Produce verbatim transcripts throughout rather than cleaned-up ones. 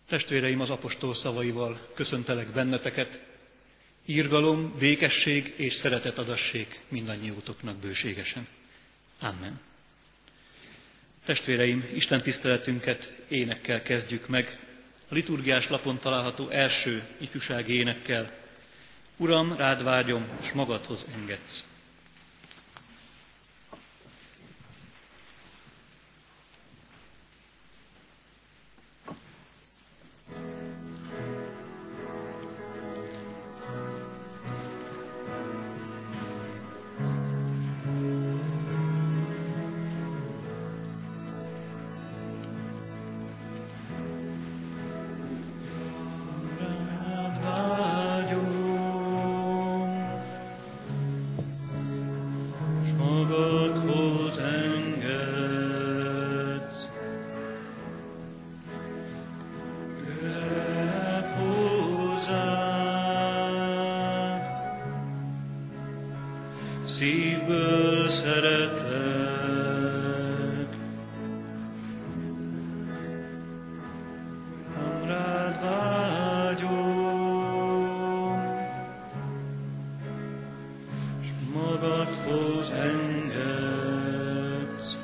Testvéreim, az apostol szavaival köszöntelek benneteket. Írgalom, békesség és szeretet adassék mindannyiótoknak bőségesen. Amen. Testvéreim, Isten tiszteletünket énekkel kezdjük meg. A liturgiás lapon található első ifjúsági énekkel. Uram, rád vágyom, s magadhoz engedsz. Szívből szeretlek, nem rád vágyom, s magadhoz engedsz.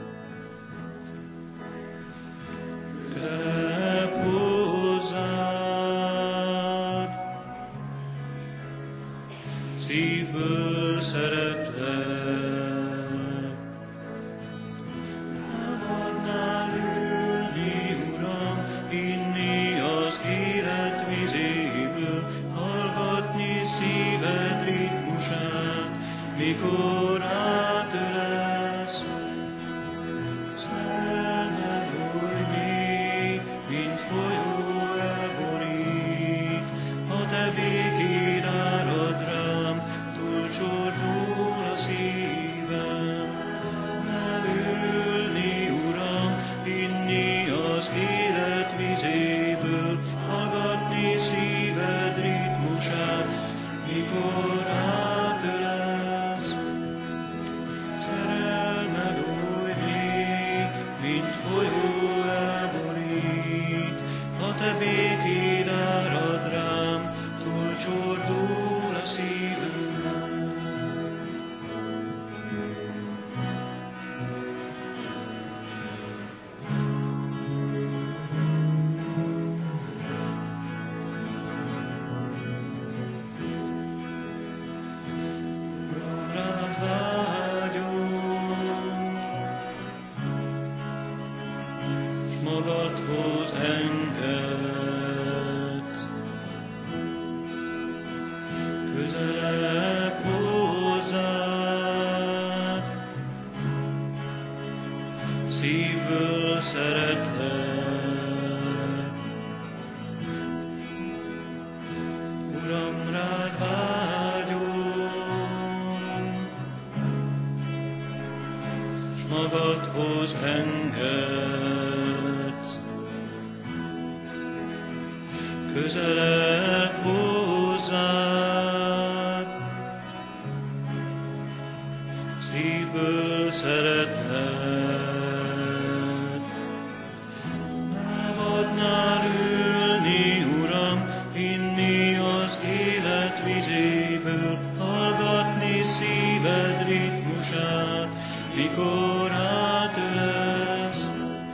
Közelebb hozzád, szívből szeretlek. Mikor átölelsz, szerelmed oly mély, mint folyó elborít. Ha te békéd árad rám, túlcsordul a szívem. Megölni, Uram, inni az élet vizéből, hallgatni szíved ritmusát, mikor átölelsz. Folyó elborít, ha te békéd árad rám, túlcsordul a szívem. Rád magadhoz engedsz, közelebb hozzád, szívből szeretlek. Uram, rád vágyom, s magadhoz engedsz. Közelebb hozzád, szívből szeretlek. Lábadnál ülni, Uram, inni az élet vizéből, hallgatni szíved ritmusát, mikor átölelsz.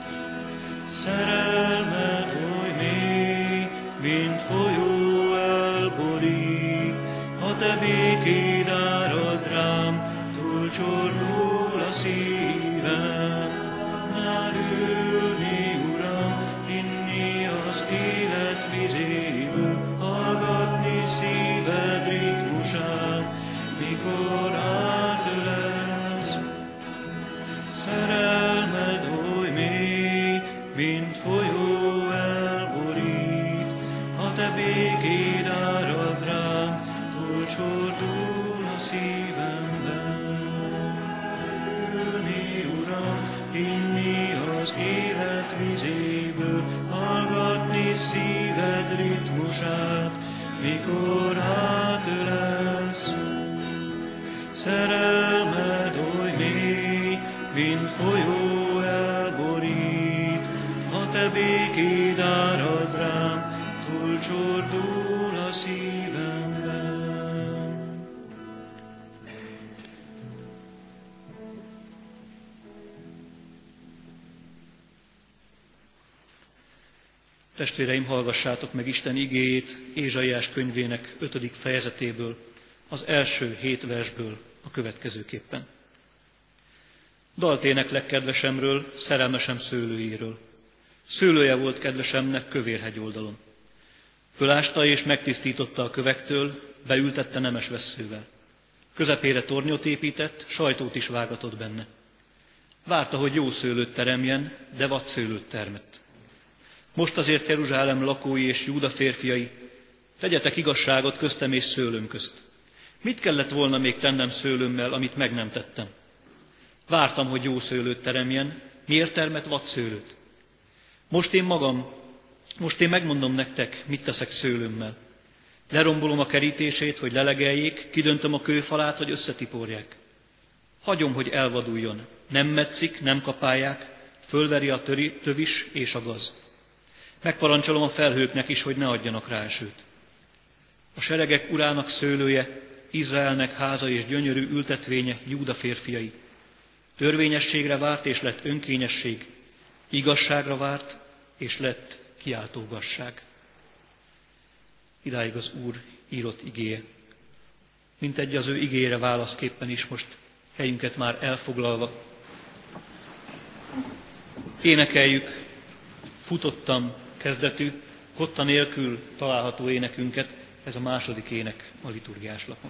Szerelmed oly mély, mint folyó elborít, ha te békéd árad rám, túlcsordul a szívem. Nál ülni, Uram, inni az élet vizéből, hallgatni szíved ritmusát, mikor átölelsz. Szerelmed oly mély, mint folyó elborít, ha te békéd árad rám, túlcsordul a szívemben. Ülni, Uram, inni az élet vizéből, hallgatni szíved ritmusát, mikor átölelsz. Szerelmed oly mély, mint folyó elborít, ha te békéd árad rám, túlcsordul a szívemben. Testvéreim, hallgassátok meg Isten igéjét Ézsaiás könyvének ötödik fejezetéből, az első hét versből a következőképpen. Dalt éneklek kedvesemről, szerelmesem szőlőjéről. Szőlője volt kedvesemnek Kövérhegy oldalon. Fölásta és megtisztította a kövektől, beültette nemes vesszővel. Közepére tornyot épített, sajtót is vágatott benne. Várta, hogy jó szőlőt teremjen, de vad szőlőt termett. Most azért Jeruzsálem lakói és Júda férfiai, tegyetek igazságot köztem és szőlőm közt. Mit kellett volna még tennem szőlőmmel, amit meg nem tettem? Vártam, hogy jó szőlőt teremjen, miért termett vad szőlőt? Most én magam, most én megmondom nektek, mit teszek szőlőmmel. Lerombolom a kerítését, hogy lelegeljék, kidöntöm a kőfalát, hogy összetiporják. Hagyom, hogy elvaduljon, nem metszik, nem kapálják, fölveri a töri, tövis és a gaz. Megparancsolom a felhőknek is, hogy ne adjanak rá esőt. A seregek urának szőlője, Izraelnek háza és gyönyörű ültetvénye, Júda férfiai. Törvényességre várt, és lett önkényesség, igazságra várt, és lett kiáltógasság. Idáig az Úr írott igéje. Mint egy az ő igére válaszképpen is most helyünket már elfoglalva. Énekeljük futottam kezdetű, kotta nélkül található énekünket, ez a második ének a liturgiás lapon.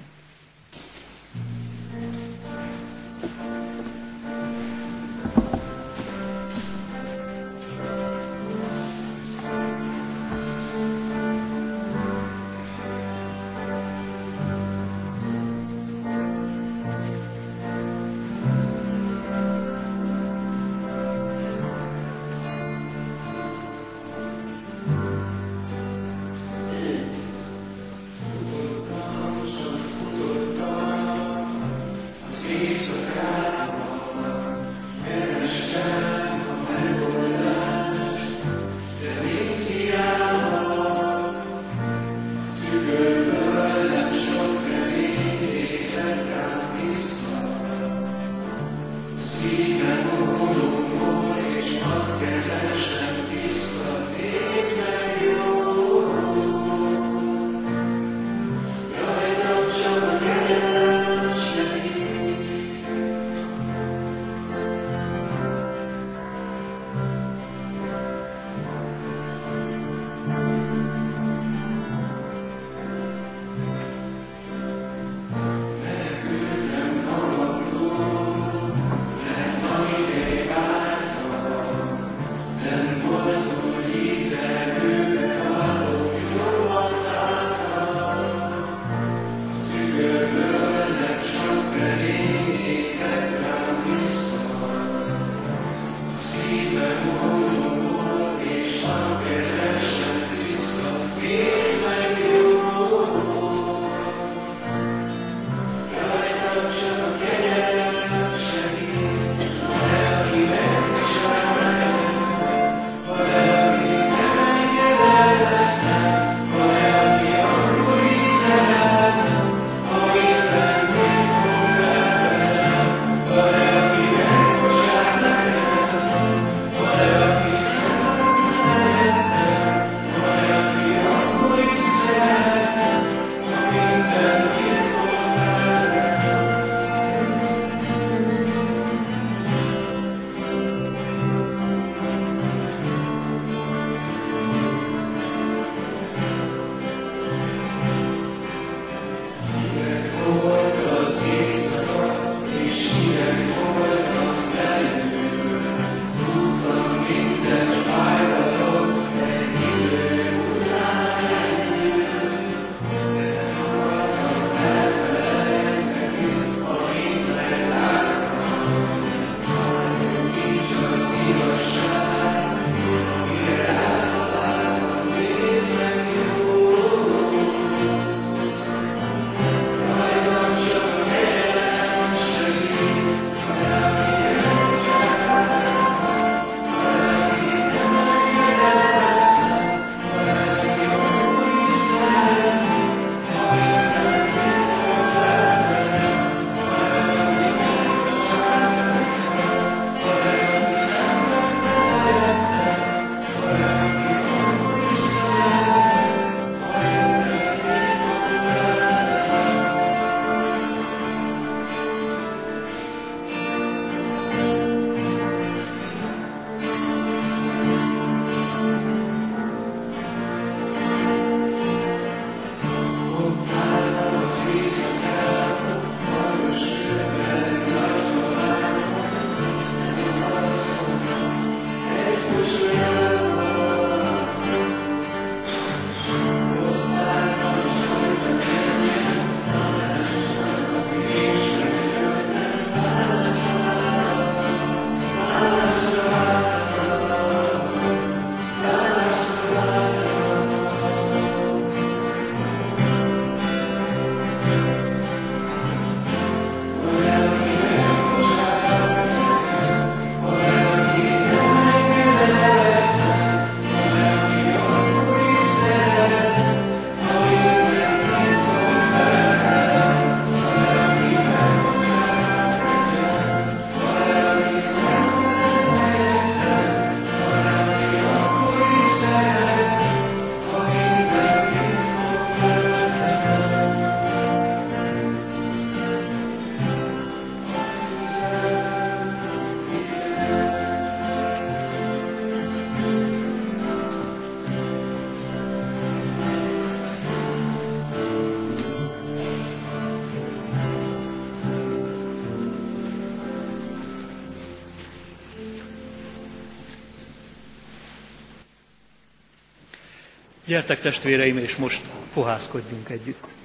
Gyertek testvéreim, és most fohászkodjunk együtt.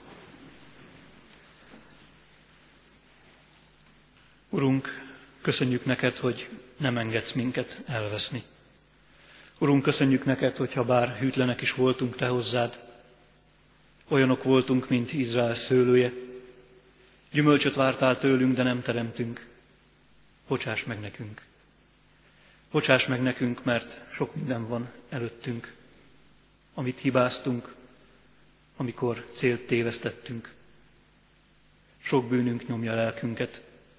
Urunk, köszönjük neked, hogy nem engedsz minket elveszni. Urunk, köszönjük neked, hogyha bár hűtlenek is voltunk te hozzád, olyanok voltunk, mint Izrael szőlője. Gyümölcsöt vártál tőlünk, de nem teremtünk. Bocsáss meg nekünk. Bocsáss meg nekünk, mert sok minden van előttünk, amit hibáztunk, amikor célt tévesztettünk. Sok bűnünk nyomja a lelkünket.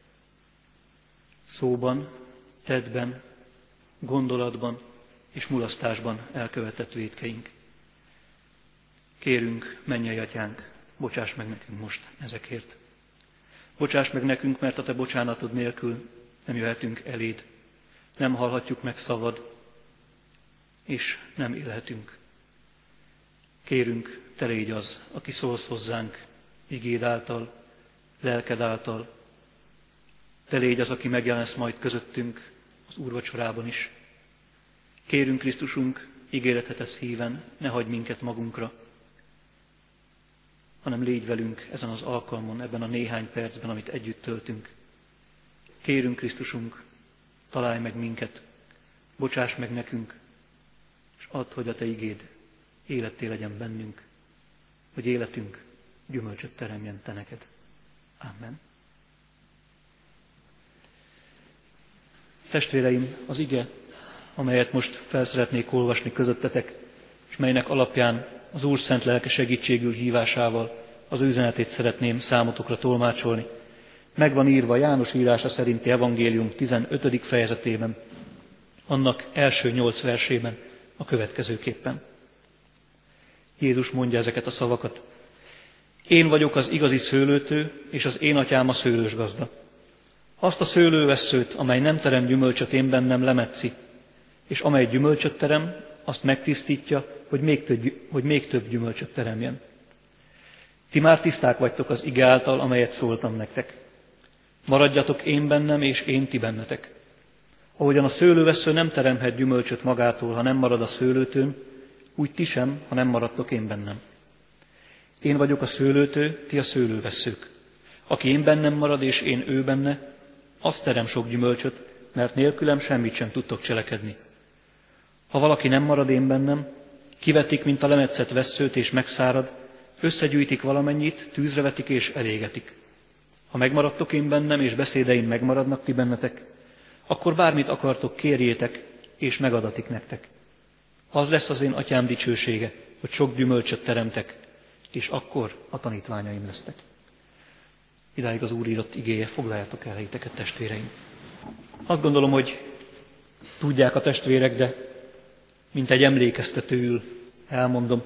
Szóban, tettben, gondolatban és mulasztásban elkövetett vétkeink. Kérünk, mennyei atyánk, bocsáss meg nekünk most ezekért. Bocsáss meg nekünk, mert a te bocsánatod nélkül nem jöhetünk eléd, nem hallhatjuk meg szavad, és nem élhetünk. Kérünk, te légy az, aki szólsz hozzánk igéd által, lelked által. Te légy az, aki megjelensz majd közöttünk az úrvacsorában is. Kérünk, Krisztusunk, ígérethetesz híven, ne hagyj minket magunkra, hanem légy velünk ezen az alkalmon, ebben a néhány percben, amit együtt töltünk. Kérünk, Krisztusunk, találj meg minket, bocsáss meg nekünk, és add, hogy a te igéd életté legyen bennünk, hogy életünk gyümölcsöt teremjen te neked. Amen. Testvéreim, az ige, amelyet most felszeretnék olvasni közöttetek, és melynek alapján az Úr szent lelke segítségül hívásával az üzenetét szeretném számotokra tolmácsolni. Meg van írva János írása szerinti evangélium tizenötödik fejezetében, annak első nyolc versében a következőképpen. Jézus mondja ezeket a szavakat. Én vagyok az igazi szőlőtő, és az én atyám a szőlősgazda. Azt a szőlővesszőt, amely nem terem gyümölcsöt én bennem, lemetszi, és amely gyümölcsöt terem, azt megtisztítja, hogy még több, hogy még több gyümölcsöt teremjen. Ti már tiszták vagytok az ige által, amelyet szóltam nektek. Maradjatok én bennem, és én ti bennetek. Ahogyan a szőlővessző nem teremhet gyümölcsöt magától, ha nem marad a szőlőtőn, úgy ti sem, ha nem maradtok én bennem. Én vagyok a szőlőtő, ti a szőlővesszők. Aki én bennem marad, és én ő benne, az terem sok gyümölcsöt, mert nélkülem semmit sem tudtok cselekedni. Ha valaki nem marad én bennem, kivetik, mint a lemetszett vesszőt, és megszárad, összegyűjtik valamennyit, tűzre vetik és elégetik. Ha megmaradtok én bennem, és beszédeim megmaradnak ti bennetek, akkor bármit akartok, kérjétek, és megadatik nektek. Az lesz az én atyám dicsősége, hogy sok gyümölcsöt teremtek, és akkor a tanítványaim lesztek. Idáig az Úr írott igéje, foglaljátok el helyiteket, testvéreim. Azt gondolom, hogy tudják a testvérek, de mint egy emlékeztetőül elmondom.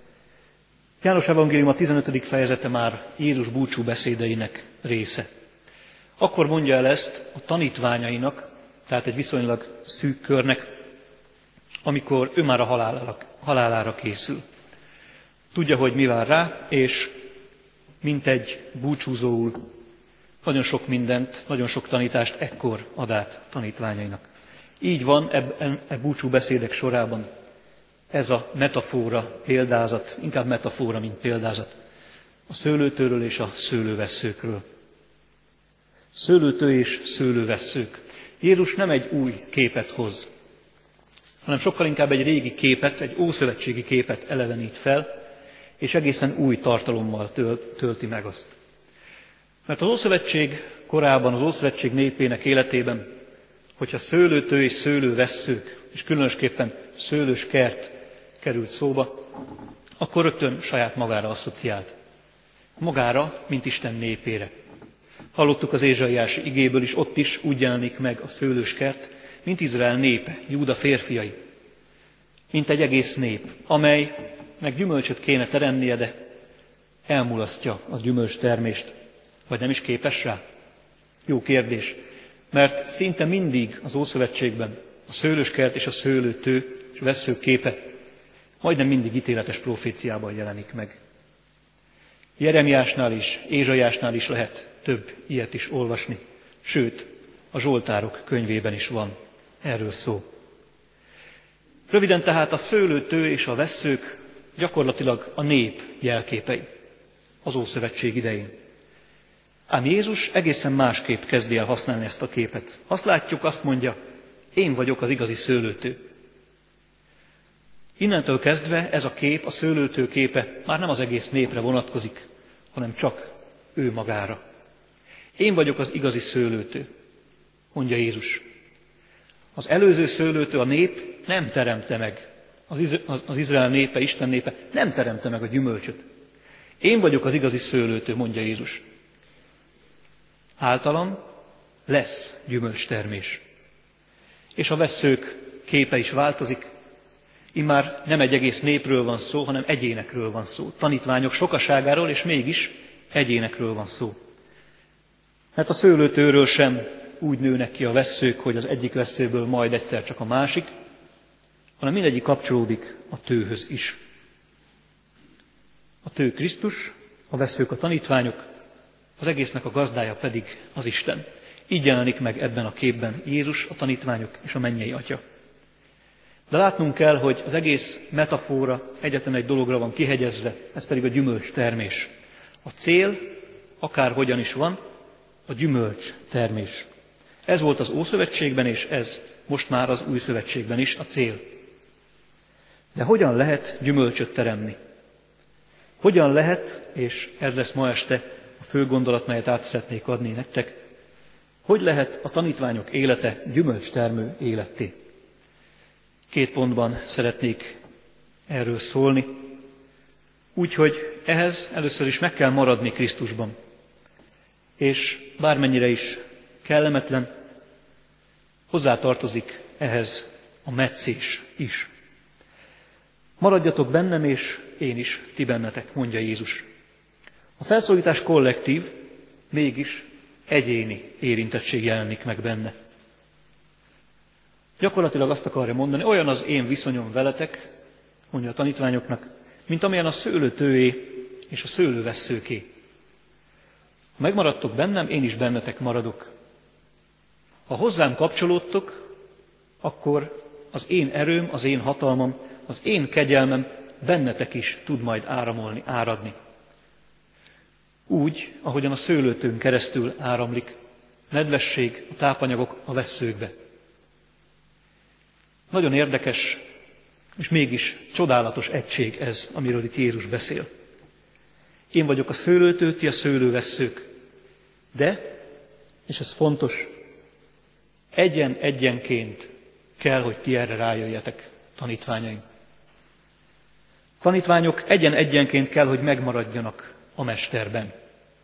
János evangélium a tizenötödik fejezete már Jézus búcsú beszédeinek része. Akkor mondja el ezt a tanítványainak, tehát egy viszonylag szűk körnek, amikor ő már a halálára, halálára készül. Tudja, hogy mi vár rá, és mint egy búcsúzóul nagyon sok mindent, nagyon sok tanítást ekkor ad át tanítványainak. Így van e, e búcsú beszédek sorában ez a metafora, példázat, inkább metafora, mint példázat, a szőlőtőről és a szőlővesszőkről. Szőlőtő és szőlővesszők. Jézus nem egy új képet hoz, hanem sokkal inkább egy régi képet, egy ószövetségi képet elevenít fel, és egészen új tartalommal tölti meg azt. Mert az Ószövetség korában, az Ószövetség népének életében, hogyha szőlőtő és szőlővesszők, és különösképpen szőlős kert került szóba, akkor rögtön saját magára asszociált. Magára, mint Isten népére. Hallottuk az ézsaiási igéből is, ott is úgy jelenik meg a szőlős kert, mint Izrael népe, Júda férfiai. Mint egy egész nép, amelynek gyümölcsöt kéne teremnie, de elmulasztja a gyümölcs termést, vagy nem is képes rá? Jó kérdés, mert szinte mindig az Ószövetségben a szőlőskert és a szőlőtő és vesszők képe majdnem mindig ítéletes proféciában jelenik meg. Jeremiásnál is, Ézsaiásnál is lehet több ilyet is olvasni, sőt, a Zsoltárok könyvében is van erről szó. Röviden tehát a szőlőtő és a vesszők gyakorlatilag a nép jelképei az Ószövetség idején. Ám Jézus egészen másképp kezdi el használni ezt a képet. Azt látjuk, azt mondja, én vagyok az igazi szőlőtő. Innentől kezdve ez a kép, a szőlőtő képe már nem az egész népre vonatkozik, hanem csak ő magára. Én vagyok az igazi szőlőtő, mondja Jézus. Az előző szőlőtő, a nép nem teremte meg, az, Iz- az, az Izrael népe, Isten népe nem teremte meg a gyümölcsöt. Én vagyok az igazi szőlőtő, mondja Jézus. Általam lesz gyümölcstermés. És a vesszők képe is változik. Immár nem egy egész népről van szó, hanem egyénekről van szó. Tanítványok sokaságáról, és mégis egyénekről van szó. Mert a szőlőtőről sem úgy nőnek ki a vesszők, hogy az egyik vesszőből majd egyszer csak a másik, hanem mindegyik kapcsolódik a tőhöz is. A tő Krisztus, a vesszők a tanítványok, az egésznek a gazdája pedig az Isten. Így jelenik meg ebben a képben Jézus, a tanítványok és a mennyei Atya. De látnunk kell, hogy az egész metafora egyetlen egy dologra van kihegyezve, ez pedig a gyümölcs termés. A cél, akárhogyan is van, a gyümölcs termés. Ez volt az Ószövetségben, és ez most már az Új Szövetségben is a cél. De hogyan lehet gyümölcsöt teremni? Hogyan lehet, és ez lesz ma este a fő gondolat, melyet át szeretnék adni nektek, hogy lehet a tanítványok élete gyümölcstermő életté? Két pontban szeretnék erről szólni. Úgyhogy ehhez először is meg kell maradni Krisztusban. És bármennyire is kellemetlen, hozzátartozik ehhez a metszés is. Maradjatok bennem, és én is ti bennetek, mondja Jézus. A felszólítás kollektív, mégis egyéni érintettség jelenik meg benne. Gyakorlatilag azt akarja mondani, olyan az én viszonyom veletek, mondja a tanítványoknak, mint amilyen a szőlőtőé és a szőlővesszőké. Ha megmaradtok bennem, én is bennetek maradok. Ha hozzám kapcsolódtok, akkor az én erőm, az én hatalmam, az én kegyelmem bennetek is tud majd áramolni, áradni. Úgy, ahogyan a szőlőtőn keresztül áramlik nedvesség, a tápanyagok a vesszőkbe. Nagyon érdekes, és mégis csodálatos egység ez, amiről itt Jézus beszél. Én vagyok a szőlőtő, ti a szőlővesszők. De, és ez fontos, egyen-egyenként kell, hogy ti erre rájöjjetek, tanítványaim. Tanítványok egyen-egyenként kell, hogy megmaradjanak a mesterben.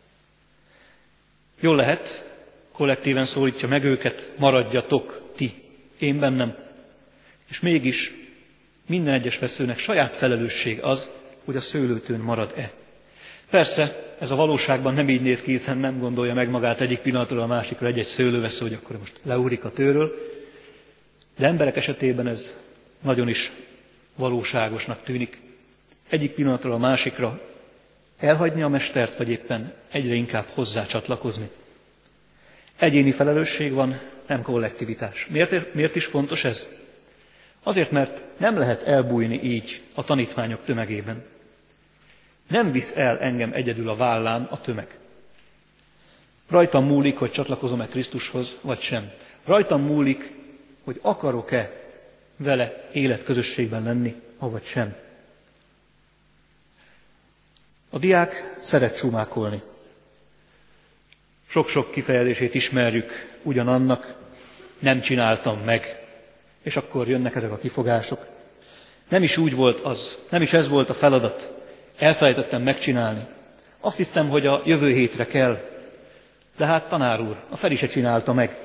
Jól lehet, kollektíven szólítja meg őket, maradjatok ti, én bennem. És mégis minden egyes veszőnek saját felelősség az, hogy a szőlőtőn marad-e. Persze, ez a valóságban nem így néz ki, hiszen nem gondolja meg magát egyik pillanatról a másikra egy-egy szőlővesző, hogy akkor most leúrik a tőről, de emberek esetében ez nagyon is valóságosnak tűnik. Egyik pillanatról a másikra elhagyni a mestert, vagy éppen egyre inkább hozzá csatlakozni. Egyéni felelősség van, nem kollektivitás. Miért, miért is fontos ez? Azért, mert nem lehet elbújni így a tanítványok tömegében. Nem visz el engem egyedül a vállán a tömeg. Rajtam múlik, hogy csatlakozom-e Krisztushoz, vagy sem. Rajtam múlik, hogy akarok-e vele életközösségben lenni, avagy sem. A diák szeret sumákolni. Sok-sok kifejezését ismerjük ugyanannak, nem csináltam meg, és akkor jönnek ezek a kifogások. Nem is úgy volt az, nem is ez volt a feladat, elfelejtettem megcsinálni. Azt hittem, hogy a jövő hétre kell, de hát tanár úr, a Feri se csinálta meg.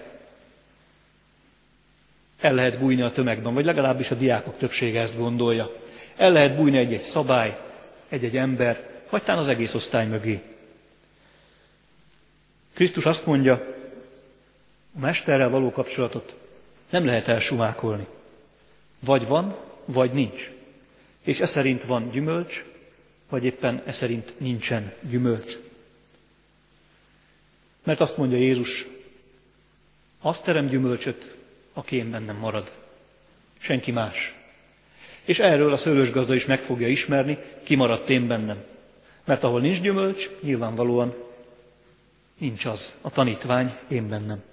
El lehet bújni a tömegben, vagy legalábbis a diákok többsége ezt gondolja. El lehet bújni egy-egy szabály, egy-egy ember, vagy talán az egész osztály mögé. Krisztus azt mondja, a mesterrel való kapcsolatot nem lehet elsumákolni. Vagy van, vagy nincs. És e szerint van gyümölcs, vagy éppen e szerint nincsen gyümölcs. Mert azt mondja Jézus, azt terem gyümölcsöt, aki én bennem marad. Senki más. És erről a szőlősgazda is meg fogja ismerni, kimaradt én bennem. Mert ahol nincs gyümölcs, nyilvánvalóan nincs az, a tanítvány én bennem.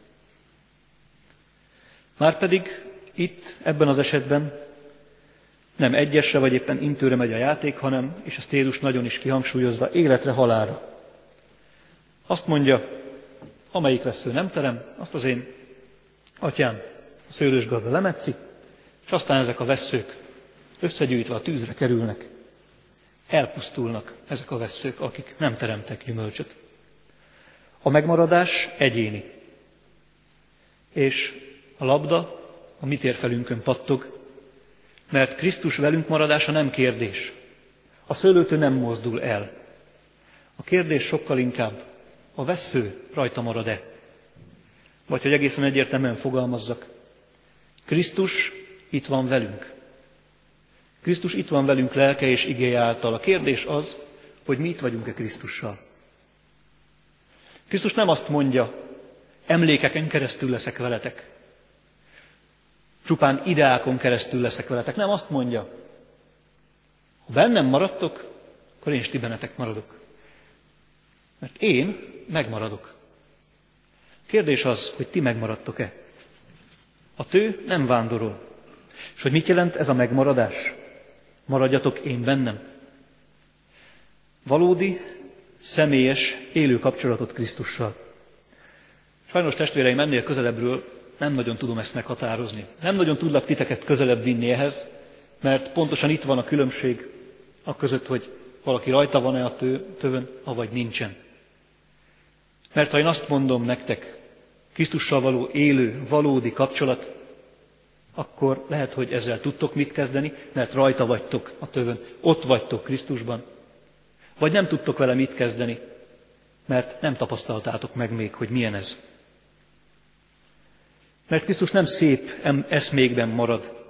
Márpedig itt, ebben az esetben nem egyesre vagy éppen intőre megy a játék, hanem, és ezt Jézus nagyon is kihangsúlyozza, életre, halálra. Azt mondja, amelyik vesző nem terem, azt az én atyám, a szőlősgazda lemetszi, és aztán ezek a vesszők összegyűjtve a tűzre kerülnek. Elpusztulnak ezek a vesszők, akik nem teremtek gyümölcsöt. A megmaradás egyéni. És a labda a mi térfelünkön pattog, mert Krisztus velünk maradása nem kérdés. A szőlőtől nem mozdul el. A kérdés sokkal inkább, a vessző rajta marad-e? Vagy hogy egészen egyértelműen fogalmazzak, Krisztus itt van velünk. Krisztus itt van velünk lelke és igéje által. A kérdés az, hogy mi itt vagyunk-e Krisztussal. Krisztus nem azt mondja, emlékeken keresztül leszek veletek. Csupán ideákon keresztül leszek veletek. Nem, azt mondja, ha bennem maradtok, akkor én is ti bennetek maradok. Mert én megmaradok. Kérdés az, hogy ti megmaradtok-e. A tő nem vándorol. És hogy mit jelent ez a megmaradás? Maradjatok én bennem. Valódi, személyes, élő kapcsolatot Krisztussal. Sajnos testvéreim, ennél közelebbről nem nagyon tudom ezt meghatározni. Nem nagyon tudlak titeket közelebb vinni ehhez, mert pontosan itt van a különbség a között, hogy valaki rajta van-e a tő, tövön, avagy nincsen. Mert ha én azt mondom nektek, Krisztussal való élő, valódi kapcsolat, akkor lehet, hogy ezzel tudtok mit kezdeni, mert rajta vagytok a tövön, ott vagytok Krisztusban. Vagy nem tudtok vele mit kezdeni, mert nem tapasztaltátok meg még, hogy milyen ez. Mert Krisztus nem szép eszmékben marad,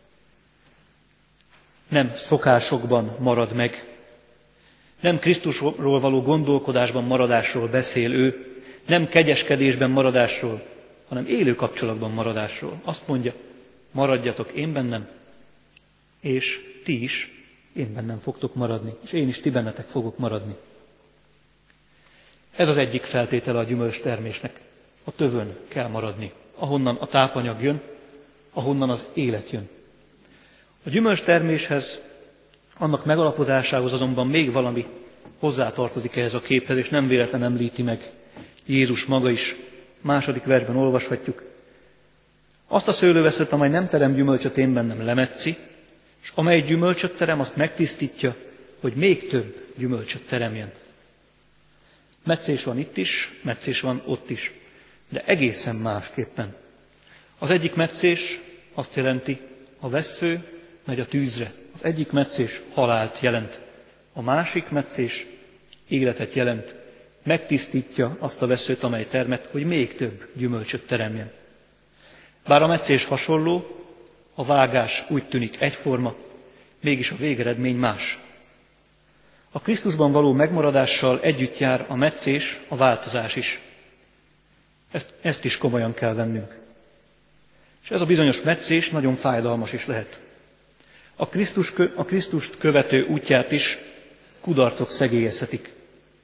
nem szokásokban marad meg, nem Krisztusról való gondolkodásban maradásról beszél ő, nem kegyeskedésben maradásról, hanem élő kapcsolatban maradásról. Azt mondja, maradjatok én bennem, és ti is én bennem fogtok maradni, és én is ti bennetek fogok maradni. Ez az egyik feltétele a gyümölcs termésnek. A tövön kell maradni, ahonnan a tápanyag jön, ahonnan az élet jön. A gyümölcs terméshez, annak megalapozásához azonban még valami hozzátartozik ehhez a képhez, és nem véletlen említi meg Jézus maga is. Második versben olvashatjuk. Azt a szőlőveszőt, amely nem terem gyümölcsöt, én bennem lemetszi, és amely gyümölcsöt terem, azt megtisztítja, hogy még több gyümölcsöt teremjen. Metszés van itt is, metszés van ott is, de egészen másképpen. Az egyik metszés azt jelenti, a vessző megy a tűzre. Az egyik metszés halált jelent, a másik metszés életet jelent. Megtisztítja azt a vesszőt, amely termet, hogy még több gyümölcsöt teremjen. Bár a metszés hasonló, a vágás úgy tűnik egyforma, mégis a végeredmény más. A Krisztusban való megmaradással együtt jár a metszés, a változás is. Ezt, ezt is komolyan kell vennünk. És ez a bizonyos metszés nagyon fájdalmas is lehet. A, Krisztus, a Krisztust követő útját is kudarcok szegélyezhetik.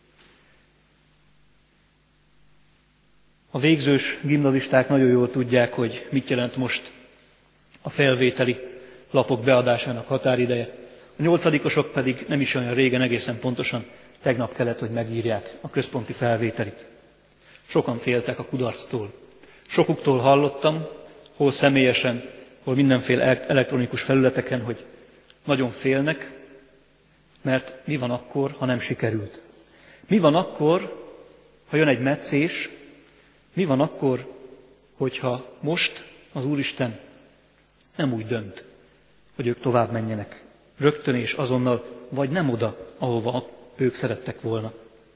A végzős gimnazisták nagyon jól tudják, hogy mit jelent most a felvételi lapok beadásának határideje. A nyolcadikosok pedig nem is olyan régen, egészen pontosan tegnap kellett, hogy megírják a központi felvételit. Sokan féltek a kudarctól. Sokuktól hallottam, hol személyesen, hol mindenféle elektronikus felületeken, hogy nagyon félnek, mert mi van akkor, ha nem sikerült? Mi van akkor, ha jön egy metszés? Mi van akkor, hogyha most az Úristen nem úgy dönt, hogy ők tovább menjenek, rögtön és azonnal, vagy nem oda, ahova ők szerettek volna?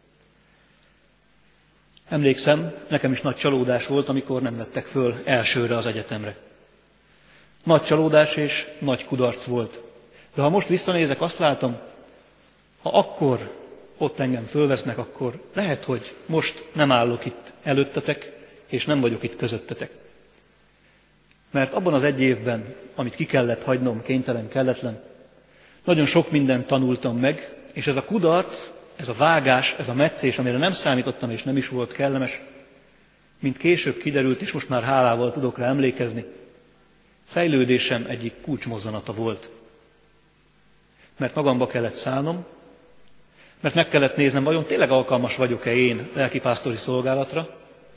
Emlékszem, nekem is nagy csalódás volt, amikor nem vettek föl elsőre az egyetemre. Nagy csalódás és nagy kudarc volt. De ha most visszanézek, azt látom, ha akkor ott engem fölvesznek, akkor lehet, hogy most nem állok itt előttetek, és nem vagyok itt közöttetek. Mert abban az egy évben, amit ki kellett hagynom, kénytelen, kelletlen, nagyon sok mindent tanultam meg, és ez a kudarc, ez a vágás, ez a metszés, amire nem számítottam és nem is volt kellemes, mint később kiderült, és most már hálával tudok rá emlékezni, fejlődésem egyik kulcsmozzanata volt. Mert magamba kellett szállnom, mert meg kellett néznem, vajon tényleg alkalmas vagyok-e én lelkipásztori szolgálatra,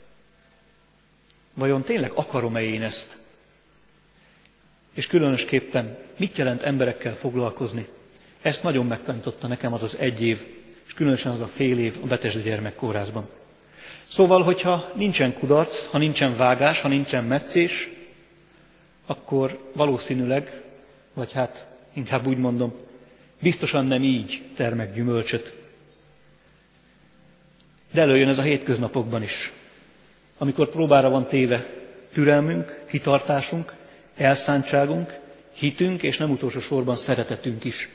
vajon tényleg akarom-e én ezt, és különösképpen mit jelent emberekkel foglalkozni. Ezt nagyon megtanította nekem az az egy év, és különösen az a fél év a Betesda gyermekkórházban. Szóval, hogyha nincsen kudarc, ha nincsen vágás, ha nincsen metszés, akkor valószínűleg, vagy hát inkább úgy mondom, biztosan nem így termek gyümölcsöt. De előjön ez a hétköznapokban is, amikor próbára van téve türelmünk, kitartásunk, elszántságunk, hitünk, és nem utolsó sorban szeretetünk is.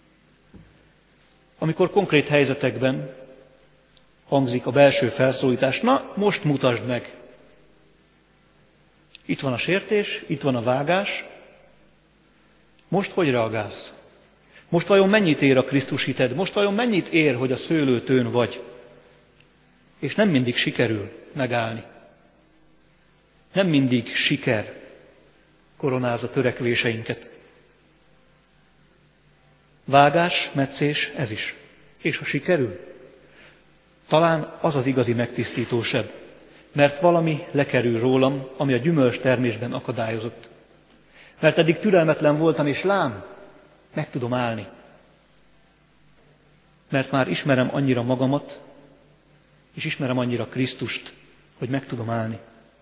Amikor konkrét helyzetekben hangzik a belső felszólítás, na, most mutasd meg. Itt van a sértés, itt van a vágás. Most hogy reagálsz? Most vajon mennyit ér a Krisztus hited? Most vajon mennyit ér, hogy a szőlőtőn vagy? És nem mindig sikerül megállni. Nem mindig siker koronázza törekvéseinket. Vágás, metszés, ez is. És ha sikerül, talán az az igazi megtisztítósebb, mert valami lekerül rólam, ami a gyümölcs termésben akadályozott. Mert eddig türelmetlen voltam, és lám, meg tudom állni. Mert már ismerem annyira magamat, és ismerem annyira Krisztust, hogy meg tudom állni.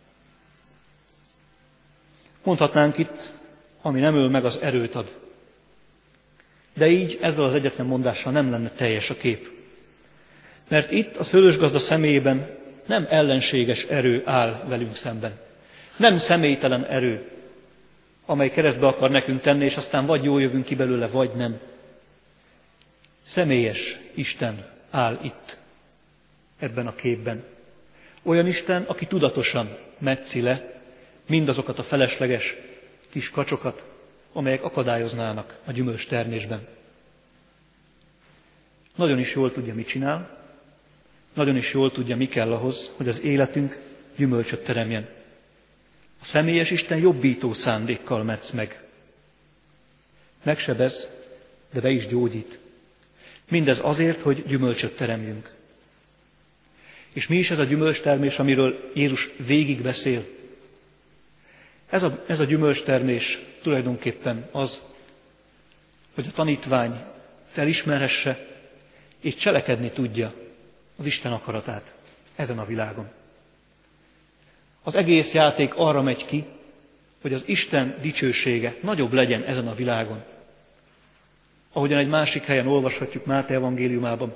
Mondhatnánk itt, ami nem öl meg, az erőt ad. De így ezzel az egyetlen mondással nem lenne teljes a kép. Mert itt a szőlősgazda személyében nem ellenséges erő áll velünk szemben. Nem személytelen erő, amely keresztbe akar nekünk tenni, és aztán vagy jól jövünk ki belőle, vagy nem. Személyes Isten áll itt, ebben a képben. Olyan Isten, aki tudatosan metszi le mindazokat a felesleges kis kacsokat, amelyek akadályoznának a gyümölcs termésben. Nagyon is jól tudja, mit csinál, nagyon is jól tudja, mi kell ahhoz, hogy az életünk gyümölcsöt teremjen. A személyes Isten jobbító szándékkal metsz meg. Megsebez, de be is gyógyít. Mindez azért, hogy gyümölcsöt teremjünk. És mi is ez a gyümölcstermés, amiről Jézus végig beszél? Ez a, ez a gyümölcstermés tulajdonképpen az, hogy a tanítvány felismerhesse és cselekedni tudja az Isten akaratát ezen a világon. Az egész játék arra megy ki, hogy az Isten dicsősége nagyobb legyen ezen a világon. Ahogyan egy másik helyen olvashatjuk Máté evangéliumában,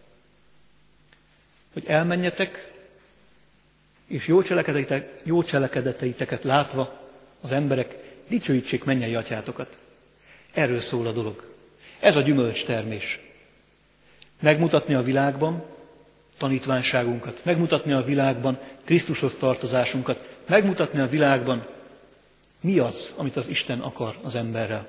hogy elmenjetek, és jó, cselekedeteitek, jó cselekedeteiteket látva az emberek dicsőítsék mennyei atyátokat. Erről szól a dolog. Ez a gyümölcstermés. Megmutatni a világban tanítványságunkat, megmutatni a világban Krisztushoz tartozásunkat, megmutatni a világban, mi az, amit az Isten akar az emberrel.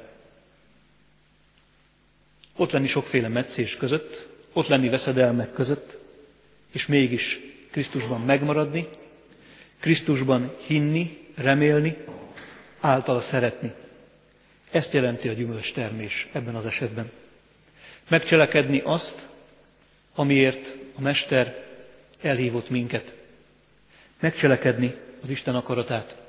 Ott lenni sokféle metszés között, ott lenni veszedelmek között, és mégis Krisztusban megmaradni, Krisztusban hinni, remélni, általa szeretni. Ezt jelenti a gyümölcstermés ebben az esetben. Megcselekedni azt, amiért a Mester elhívott minket. Megcselekedni az Isten akaratát.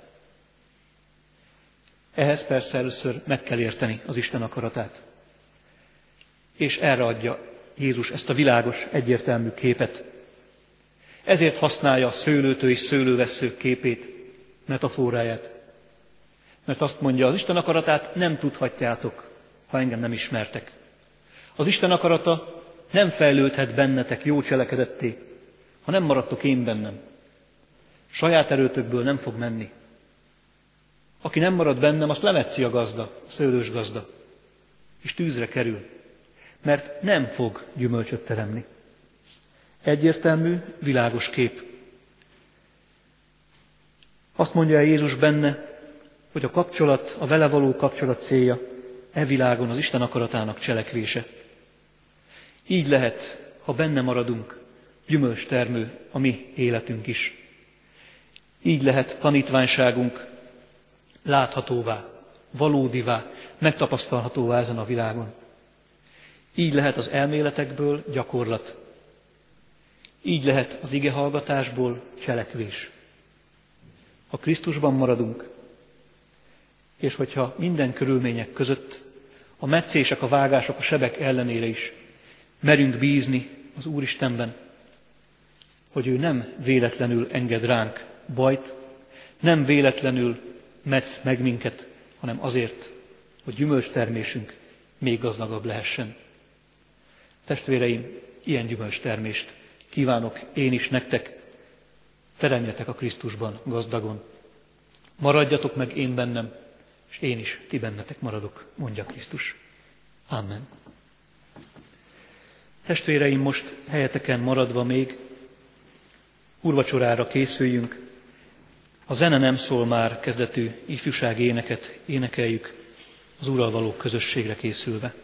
Ehhez persze először meg kell érteni az Isten akaratát. És erre adja Jézus ezt a világos, egyértelmű képet. Ezért használja a szőlőtő és szőlővessző képét, metaforáját. Mert azt mondja, az Isten akaratát nem tudhatjátok, ha engem nem ismertek. Az Isten akarata nem fejlődhet bennetek jó cselekedetté, ha nem maradtok én bennem. Saját erőtökből nem fog menni. Aki nem marad bennem, azt lemetszi a gazda, a szőlős gazda, és tűzre kerül, mert nem fog gyümölcsöt teremni. Egyértelmű, világos kép. Azt mondja Jézus benne, hogy a kapcsolat, a vele való kapcsolat célja e világon az Isten akaratának cselekvése. Így lehet, ha benne maradunk, gyümölcstermő a mi életünk is. Így lehet tanítványságunk láthatóvá, valódivá, megtapasztalhatóvá ezen a világon. Így lehet az elméletekből gyakorlat. Így lehet az igehallgatásból cselekvés. Ha Krisztusban maradunk, és hogyha minden körülmények között, a metszések, a vágások, a sebek ellenére is merünk bízni az Úristenben, hogy ő nem véletlenül enged ránk bajt, nem véletlenül metsz meg minket, hanem azért, hogy gyümölcstermésünk még gazdagabb lehessen. Testvéreim, ilyen gyümölcstermést kívánok én is nektek, teremjetek a Krisztusban gazdagon. Maradjatok meg én bennem, és én is ti bennetek maradok, mondja Krisztus. Amen. Testvéreim, most helyeteken maradva még úrvacsorára készüljünk. A Zene nem szól már kezdetű ifjúsági éneket énekeljük, az Úrral való közösségre készülve.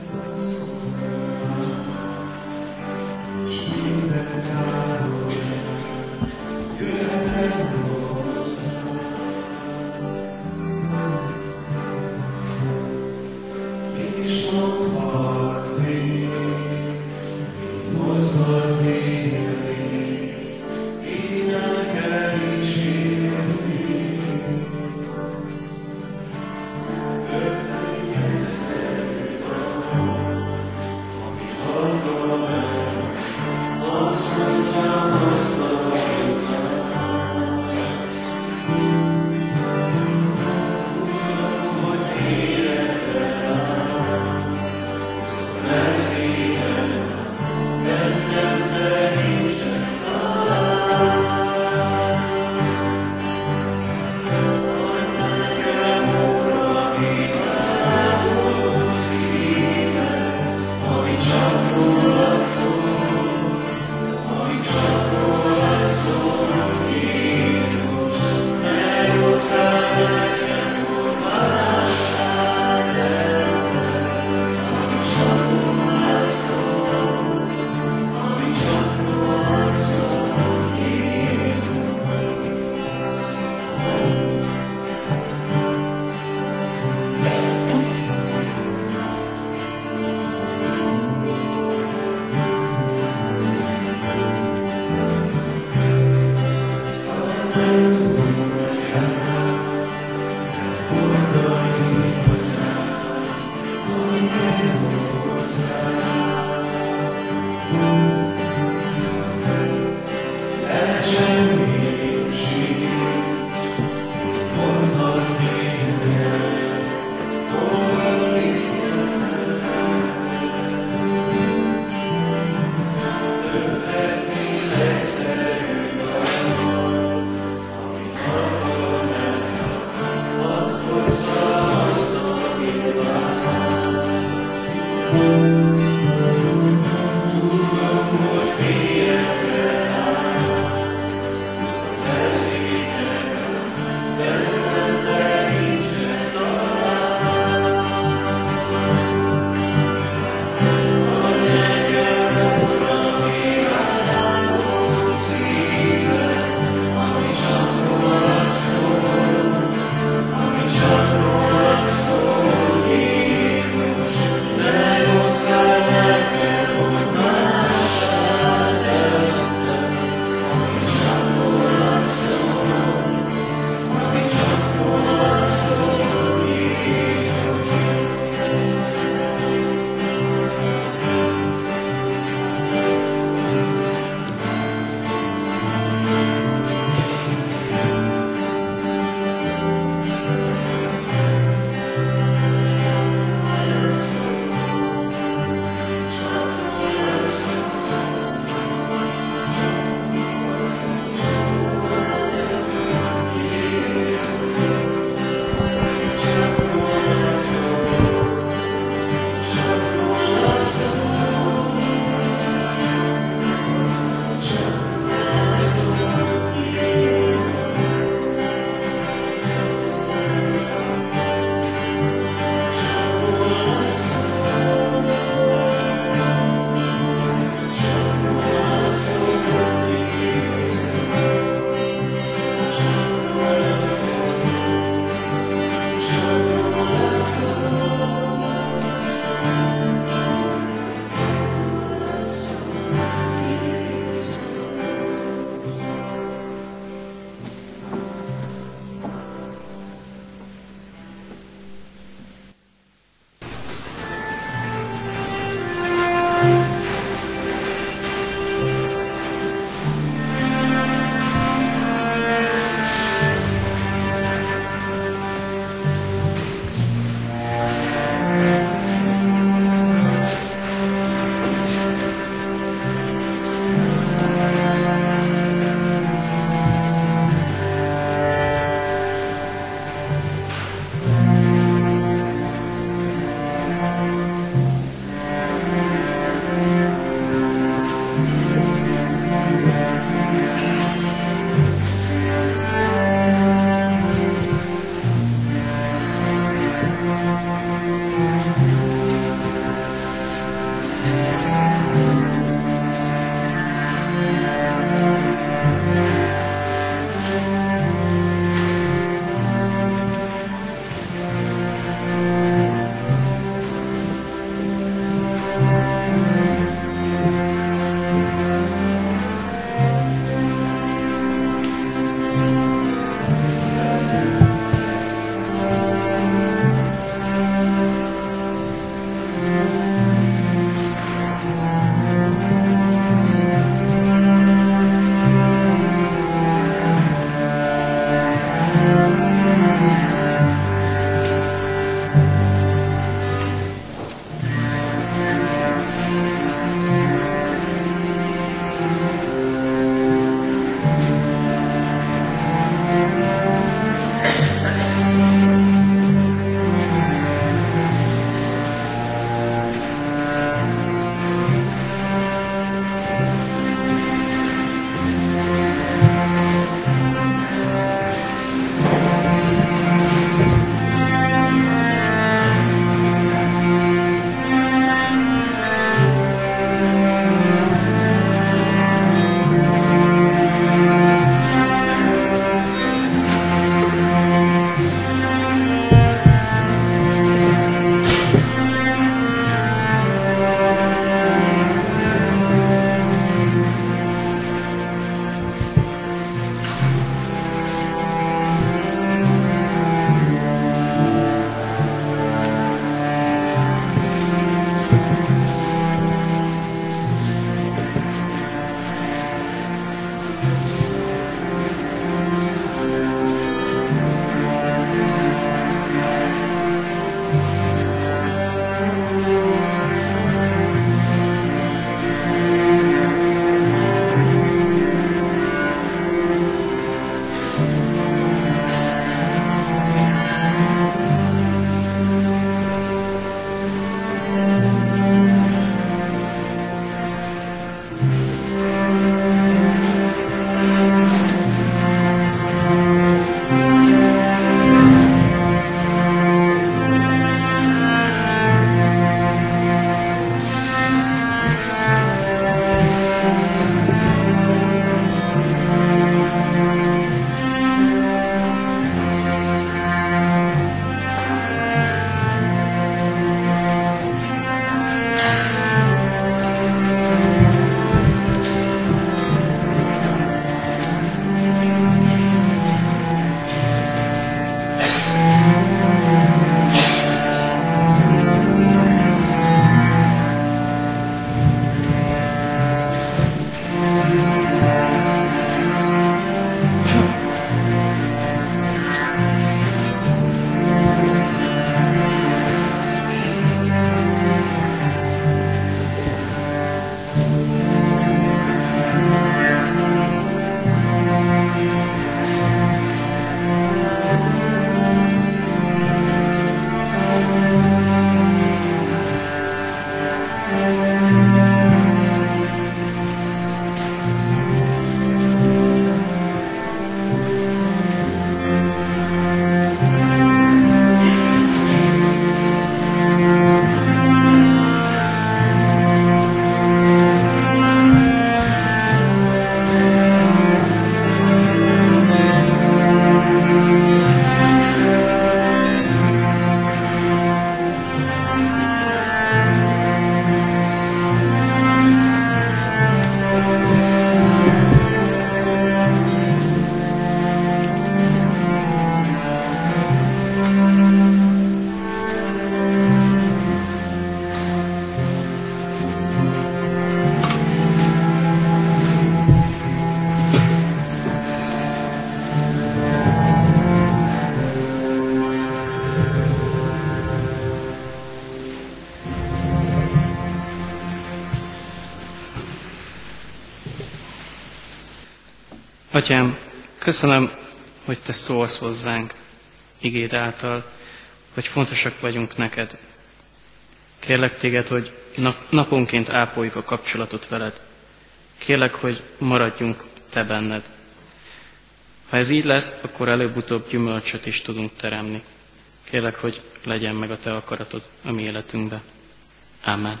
Atyám, köszönöm, hogy Te szólsz hozzánk igéd által, hogy fontosak vagyunk neked. Kérlek Téged, hogy naponként ápoljuk a kapcsolatot veled. Kérlek, hogy maradjunk Te benned. Ha ez így lesz, akkor előbb-utóbb gyümölcsöt is tudunk teremni. Kérlek, hogy legyen meg a Te akaratod a mi életünkbe. Ámen.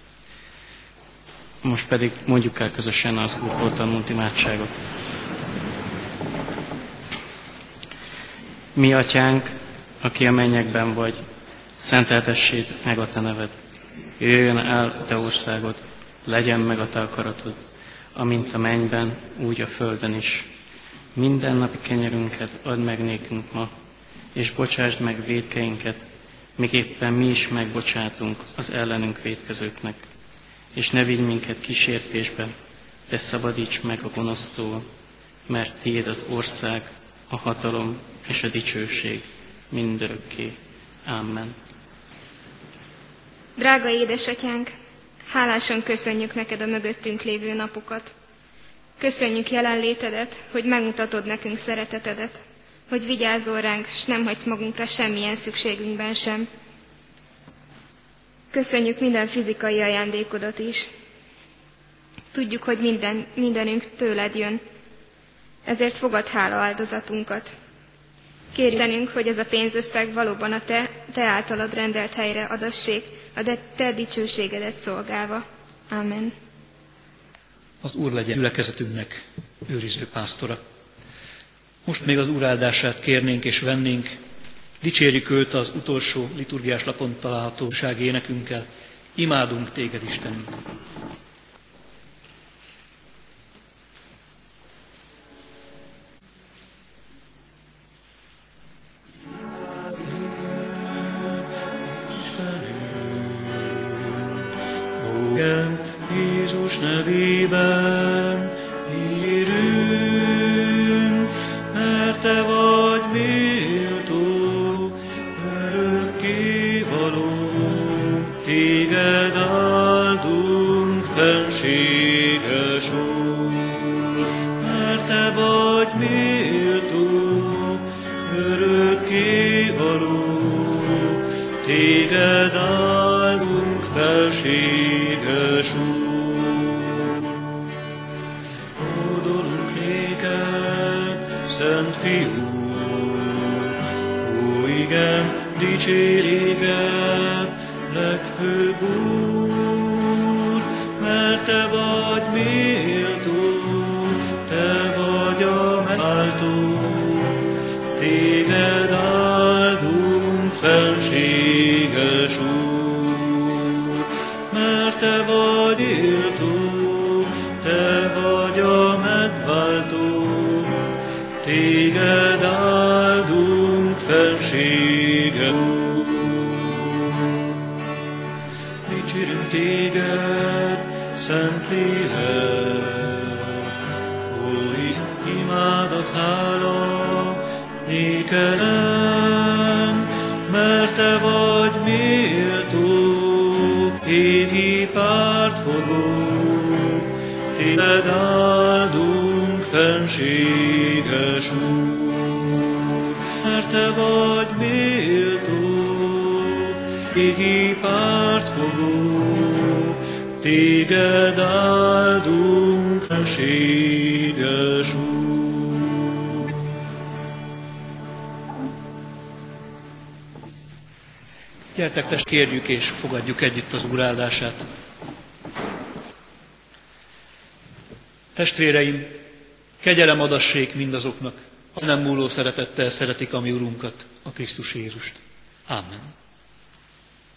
Most pedig mondjuk el közösen az Úrtól tanult imádságot. Mi Atyánk, aki a mennyekben vagy, szenteltessék meg a Te neved. Jöjjön el Te országod, legyen meg a Te akaratod, amint a mennyben, úgy a földön is. Minden napi kenyerünket add meg nékünk ma, és bocsásd meg vétkeinket, miképpen mi is megbocsátunk az ellenünk vétkezőknek. És ne vigy minket kísértésbe, de szabadíts meg a gonosztól, mert Tiéd az ország, a hatalom és a dicsőség mindörökké. Amen. Drága édesatyánk, hálásan köszönjük neked a mögöttünk lévő napokat. Köszönjük jelenlétedet, hogy megmutatod nekünk szeretetedet, hogy vigyázol ránk, s nem hagysz magunkra semmilyen szükségünkben sem. Köszönjük minden fizikai ajándékodat is. Tudjuk, hogy minden, mindenünk tőled jön, ezért fogad hála áldozatunkat. Kérjük, hogy ez a pénzösszeg valóban a te, te általad rendelt helyre adassék, a de te dicsőségedet szolgálva. Amen. Az Úr legyen gyülekezetünknek őriző pásztora. Most még az Úr áldását kérnénk és vennénk. Dicsérjük őt az utolsó liturgiás lapon találhatóság énekünkkel. Imádunk téged, Istenünk! Jézus nevében írünk, mert Te vagy méltó, örökkévaló. Téged áldunk, fenséges Úr, mert Te vagy méltó, örökkévaló. Téged áldunk, felséges Úr. Hódolunk néked, Szent Fiú, ó igen, dicséréged, legfőbb Úr, mert Te vagy méltó, Te vagy a megváltó. Téged áldunk, felséges Úr, mert Te vagy éltó, Te vagy a megváltó. Téged áldunk, felséges Úr. Dicsérünk Téged, Szent Lélek, ó, imádat, hála nékeden, mert Te vagy méltó, égi pártfogó. Téged áldunk, fenséges Úr, mert Te vagy méltó, égi pártfogó. Téged áldunk, fenséges Úr. Gyertek, test, kérjük és fogadjuk együtt az Úr áldását. Testvéreim, kegyelem adassék mindazoknak, akik nem múló szeretettel szeretik a mi Urunkat, a Krisztus Jézust. Ámen.